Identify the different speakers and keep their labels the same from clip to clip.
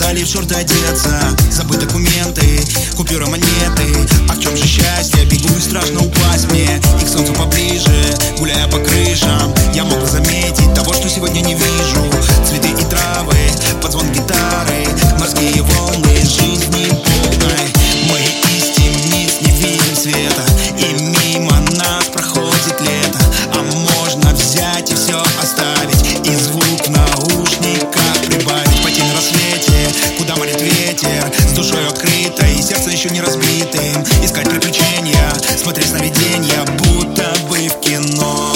Speaker 1: в шорты одеться. Забыть документы, купюры, монеты. А в чем же счастье? Бегу и страшно упасть мне. И к солнцу поближе, гуляя по крышам, я мог бы заметить того, что сегодня не вижу. Цветы и травы, под звон гитары, морские волны, жизни полной. Мы из темниц не видим света, и мимо нас проходит лето. А можно взять и все оставить, и звук в наушниках прибавить. Пойти на рассвете, куда манит ветер, с душой открытой и сердце еще не разбитым. Искать приключения, смотреть сновидения, будто бы в кино.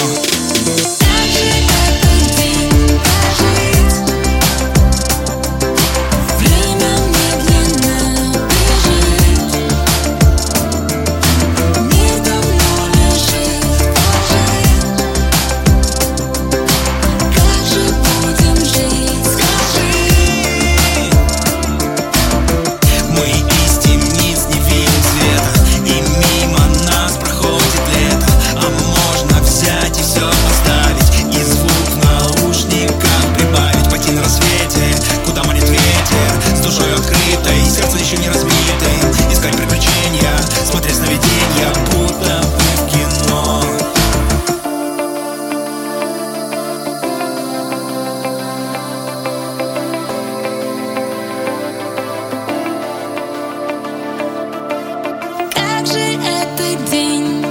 Speaker 2: Как же этот день